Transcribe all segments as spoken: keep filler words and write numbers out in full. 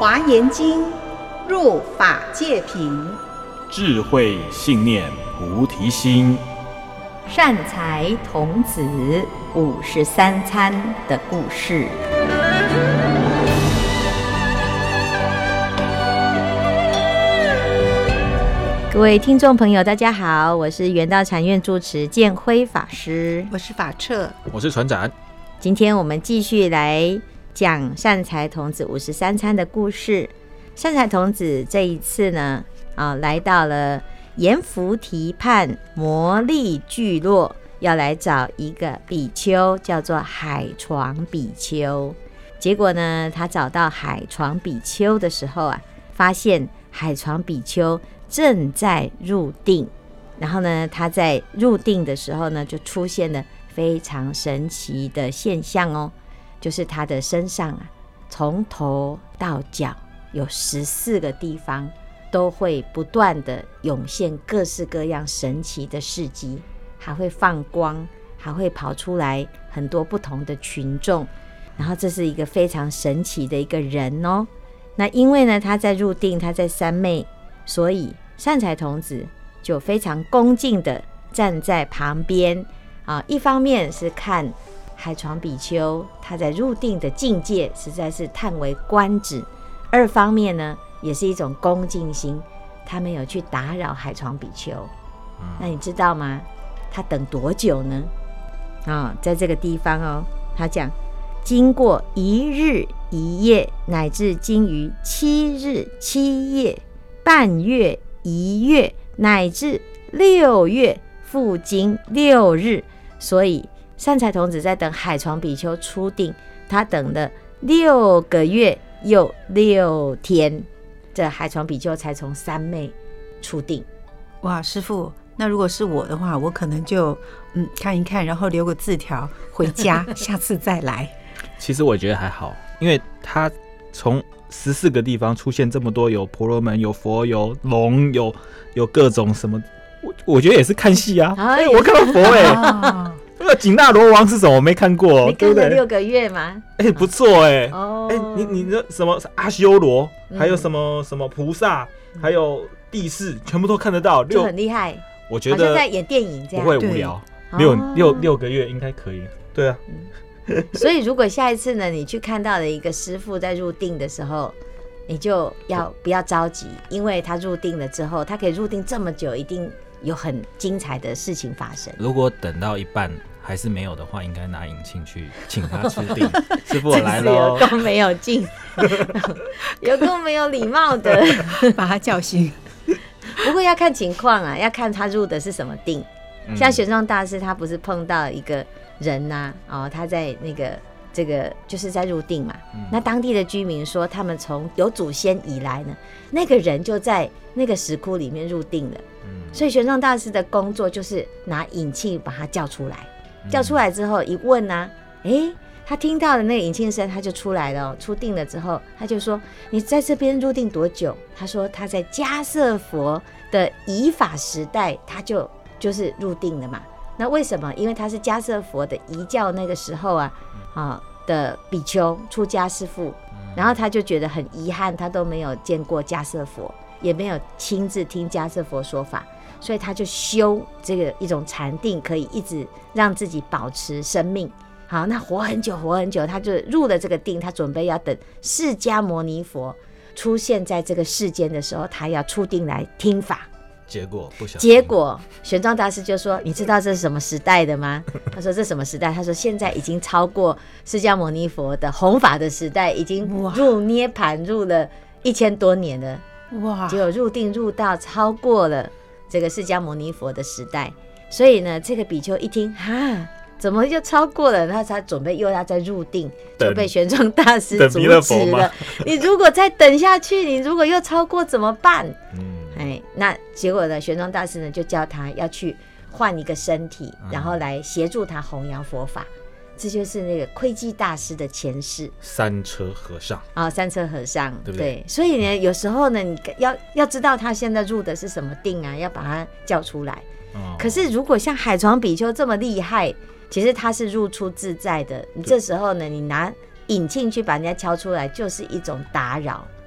华严经入法界品， 智慧信念菩提心， 善财童子五十三参的故事。各位听众朋友大家好，我是圆道禅院住持建辉法师， 我是法彻， 我是船长。 今天我们继续来讲善财童子五十三参的故事。善财童子这一次呢，啊，来到了阎浮提畔摩利聚落，要来找一个比丘，叫做海床比丘。结果呢，他找到海床比丘的时候啊，发现海床比丘正在入定。然后呢，他在入定的时候呢，就出现了非常神奇的现象哦，就是他的身上啊，从头到脚有十四个地方都会不断的涌现各式各样神奇的事迹，还会放光，还会跑出来很多不同的群众。然后这是一个非常神奇的一个人哦。那因为呢，他在入定，他在三昧，所以善财童子就非常恭敬的站在旁边啊，一方面是看海床比丘他在入定的境界实在是叹为观止，二方面呢也是一种恭敬心，他没有去打扰海床比丘。那你知道吗？他等多久呢？啊，在这个地方哦，他讲经过一日一夜，乃至经于七日七夜，半月一月，乃至六月，复经六日。所以善财童子在等海床比丘出定，他等了六个月又六天，这海床比丘才从三昧出定。 哇，师父，那如果是我的话，我可能就嗯看一看，然后留个字条回家，下次再来。 其实我觉得还好，因为他从十四个地方出现这么多，有婆罗门，有佛，有龙，有有各种什么，我我觉得也是看戏啊。哎、欸，我看到佛哎、欸，那个紧那罗王是什么？我没看过， 你看了六个月吗？ 哎、欸，不错哎、欸。 哦， 哎、欸，你你的什么阿修罗，还有什么什么菩萨，还有地势，全部都看得到， 就很厉害。 我觉得好像在演电影这样， 不会无聊。六、哦、六六个月应该可以。对啊。 嗯所以如果下一次呢，你去看到了一个师父在入定的时候，你就要不要着急，因为他入定了之后，他可以入定这么久，一定有很精彩的事情发生。 如果等到一半还是没有的话，应该拿引磬去请他出定。师父我来咯， 有够没有劲，有够没有礼貌的， 把他叫醒。 不过要看情况啊，要看他入的是什么定。像玄奘大师，他不是碰到一个人呐、啊，哦，他在那个这个就是在入定嘛、嗯。那当地的居民说，他们从有祖先以来呢，那个人就在那个石窟里面入定了。嗯、所以玄奘大师的工作就是拿引磬把他叫出来，叫出来之后一问啊，哎，他听到的那个引磬声，他就出来了、哦。出定了之后，他就说：“你在这边入定多久？”他说：“他在迦叶佛的仪法时代，他就。”就是入定了嘛。那为什么？因为他是迦叶佛的遗教那个时候啊，啊的比丘出家师父，然后他就觉得很遗憾，他都没有见过迦叶佛，也没有亲自听迦叶佛说法，所以他就修这个一种禅定，可以一直让自己保持生命。好，那活很久，活很久，他就入了这个定，他准备要等释迦牟尼佛出现在这个世间的时候，他要出定来听法。 结果不小心， 结果玄奘大师就说：“你知道这是什么时代的吗？”他说：“这什么时代？”他说：“现在已经超过释迦牟尼佛的弘法的时代，已经入涅槃入了一千多年了。哇！结果入定入到超过了这个释迦牟尼佛的时代，所以呢，这个比丘一听，哈，怎么又超过了？那他准备又要再入定，就被玄奘大师阻止了。你如果再等下去，你如果又超过怎么办？嗯。哎，那结果呢？玄奘大师呢就叫他要去换一个身体，然后来协助他弘扬佛法。这就是那个窥基大师的前世， 三车和尚啊、哦，三车和尚， 对不对？ 对，所以呢，有时候呢，你要要知道他现在入的是什么定啊，要把他叫出来。哦、可是如果像海床比丘这么厉害，其实他是入出自在的。你这时候呢，你拿引磬去把人家敲出来，就是一种打扰。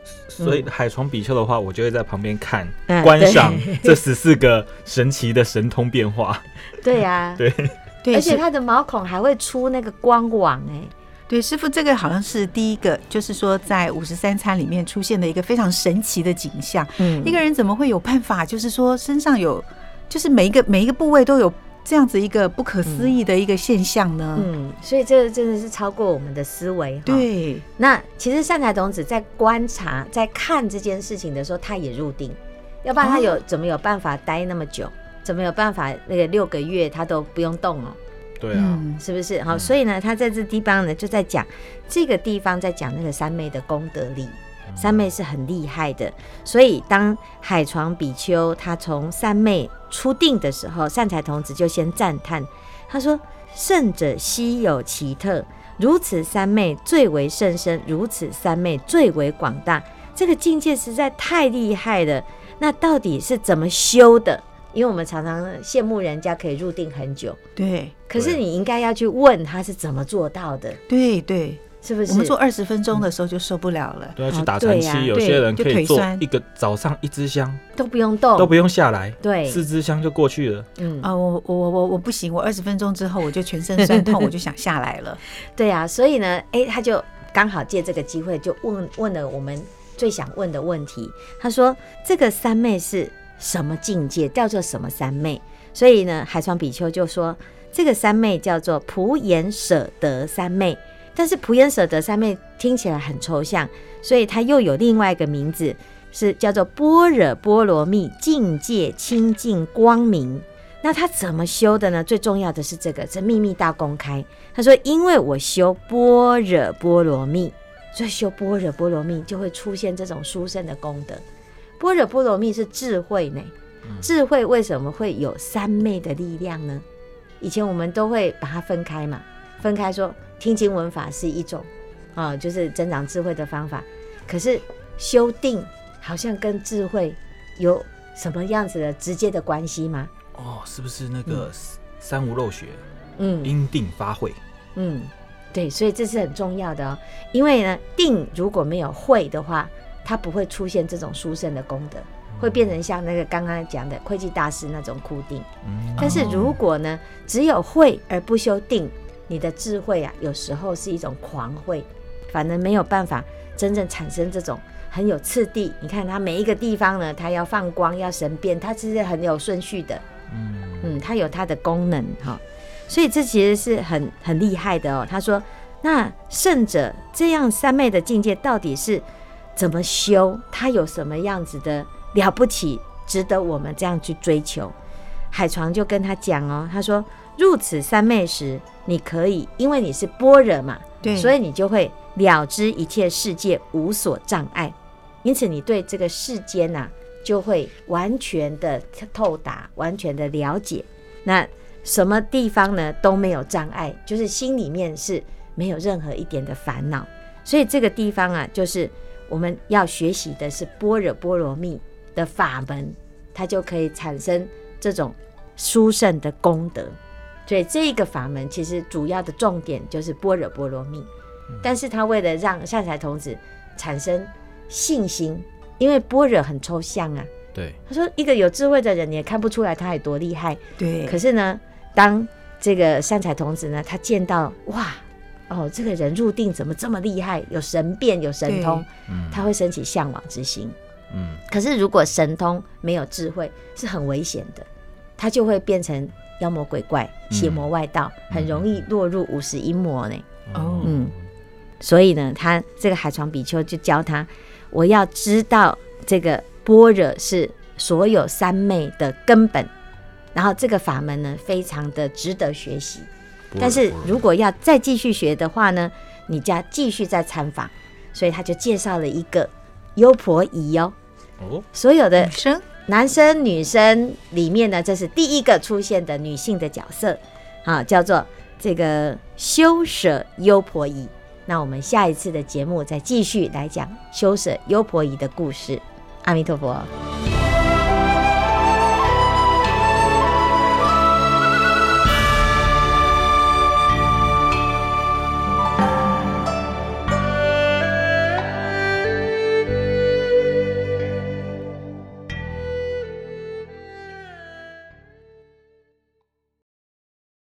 所以海床比丘的话，我就会在旁边看、 嗯、 观赏这十四个神奇的神通变化。 对呀、啊， 对对， 而且它的毛孔还会出那个光网哎、欸。 对，师父，这个好像是第一个，就是说在五十三参里面出现的一个非常神奇的景象。嗯，一个人怎么会有办法，就是说身上有，就是每一个每一个部位都有这样子一个不可思议的一个现象呢？ 嗯，所以这真的是超过我们的思维。 对， 那其实善财童子在观察、在看这件事情的时候，他也入定，要不然他有、哦、怎么有办法待那么久？怎么有办法那个六个月他都不用动哦？ 对啊， 是不是？好，所以呢，他在这地方呢，就在讲这个地方，在讲那个三昧的功德力。三昧是很厉害的，所以当海床比丘他从三昧出定的时候，善财童子就先赞叹，他说：“圣者稀有奇特，如此三昧最为甚深，如此三昧最为广大，这个境界实在太厉害了。那到底是怎么修的？”因为我们常常羡慕人家可以入定很久， 对， 可是你应该要去问他是怎么做到的， 对对， 是不是？ 我们做二十分钟的时候就受不了了， 对，要去打禅期、哦啊，有些人可以做一个早上一支香都不用动， 都不用下来， 对， 四支香就过去了。 嗯啊、呃，我我我我不行，我二十分钟之后我就全身酸痛，我就想下来了。 对啊，所以呢，哎，他就刚好借这个机会就问问了我们最想问的问题，他说这个三昧是什么境界，叫做什么三昧？所以呢，海床比丘就说这个三昧叫做普眼舍得三昧，但是普眼舍得三昧听起来很抽象，所以它又有另外一个名字，是叫做般若波罗蜜境界清净光明。那他怎么修的呢？最重要的是这个，这秘密大公开。他说因为我修般若波罗蜜，所以修般若波罗蜜就会出现这种殊胜的功德。般若波罗蜜是智慧呢，智慧为什么会有三昧的力量呢？以前我们都会把它分开嘛，分开说听经闻法是一种、哦、就是增长智慧的方法，可是修定好像跟智慧有什么样子的直接的关系吗？ 哦，是不是那个三无漏学？ 嗯， 因定发慧。 嗯，对，所以这是很重要的哦。因为呢，定如果没有慧的话，它不会出现这种殊胜的功德，会变成像那个刚刚讲的窥基大师那种枯定、嗯、但是如果呢只有慧而不修定，你的智慧啊有时候是一种狂慧，反而没有办法真正产生这种很有次第。你看它每一个地方呢，它要放光要神变，它其实很有顺序的，嗯嗯，它有它的功能、哦、所以这其实是很很厉害的哦。他说那圣者这样三昧的境界到底是怎么修，它有什么样子的了不起，值得我们这样去追求？海床就跟他讲哦，他说入此三昧时，你可以因为你是般若嘛，对，所以你就会了知一切世界无所障碍，因此你对这个世间啊就会完全的透达，完全的了解。那什么地方呢都没有障碍，就是心里面是没有任何一点的烦恼。所以这个地方啊，就是我们要学习的是般若波罗蜜的法门，它就可以产生这种殊胜的功德。所以这个法门其实主要的重点就是般若波罗蜜，但是他为了让善财童子产生信心，因为般若很抽象啊， 对， 他说一个有智慧的人你也看不出来他有多厉害， 对。 可是呢，当这个善财童子呢，他见到哇哦，这个人入定怎么这么厉害，有神变有神通，他会升起向往之心。嗯，可是如果神通没有智慧是很危险的，他就会变成妖魔鬼怪邪魔外道、嗯、很容易落入五十阴魔呢。哦，嗯，所以呢他这个海床比丘就教他，我要知道这个般若是所有三昧的根本，然后这个法门呢非常的值得学习，但是如果要再继续学的话呢，你就要继续再参访。所以他就介绍了一个优婆夷哦，哦，所有的男生女生里面呢，这是第一个出现的女性的角色啊，叫做这个修舍优婆夷。那我们下一次的节目再继续来讲修舍优婆夷的故事。阿弥陀佛。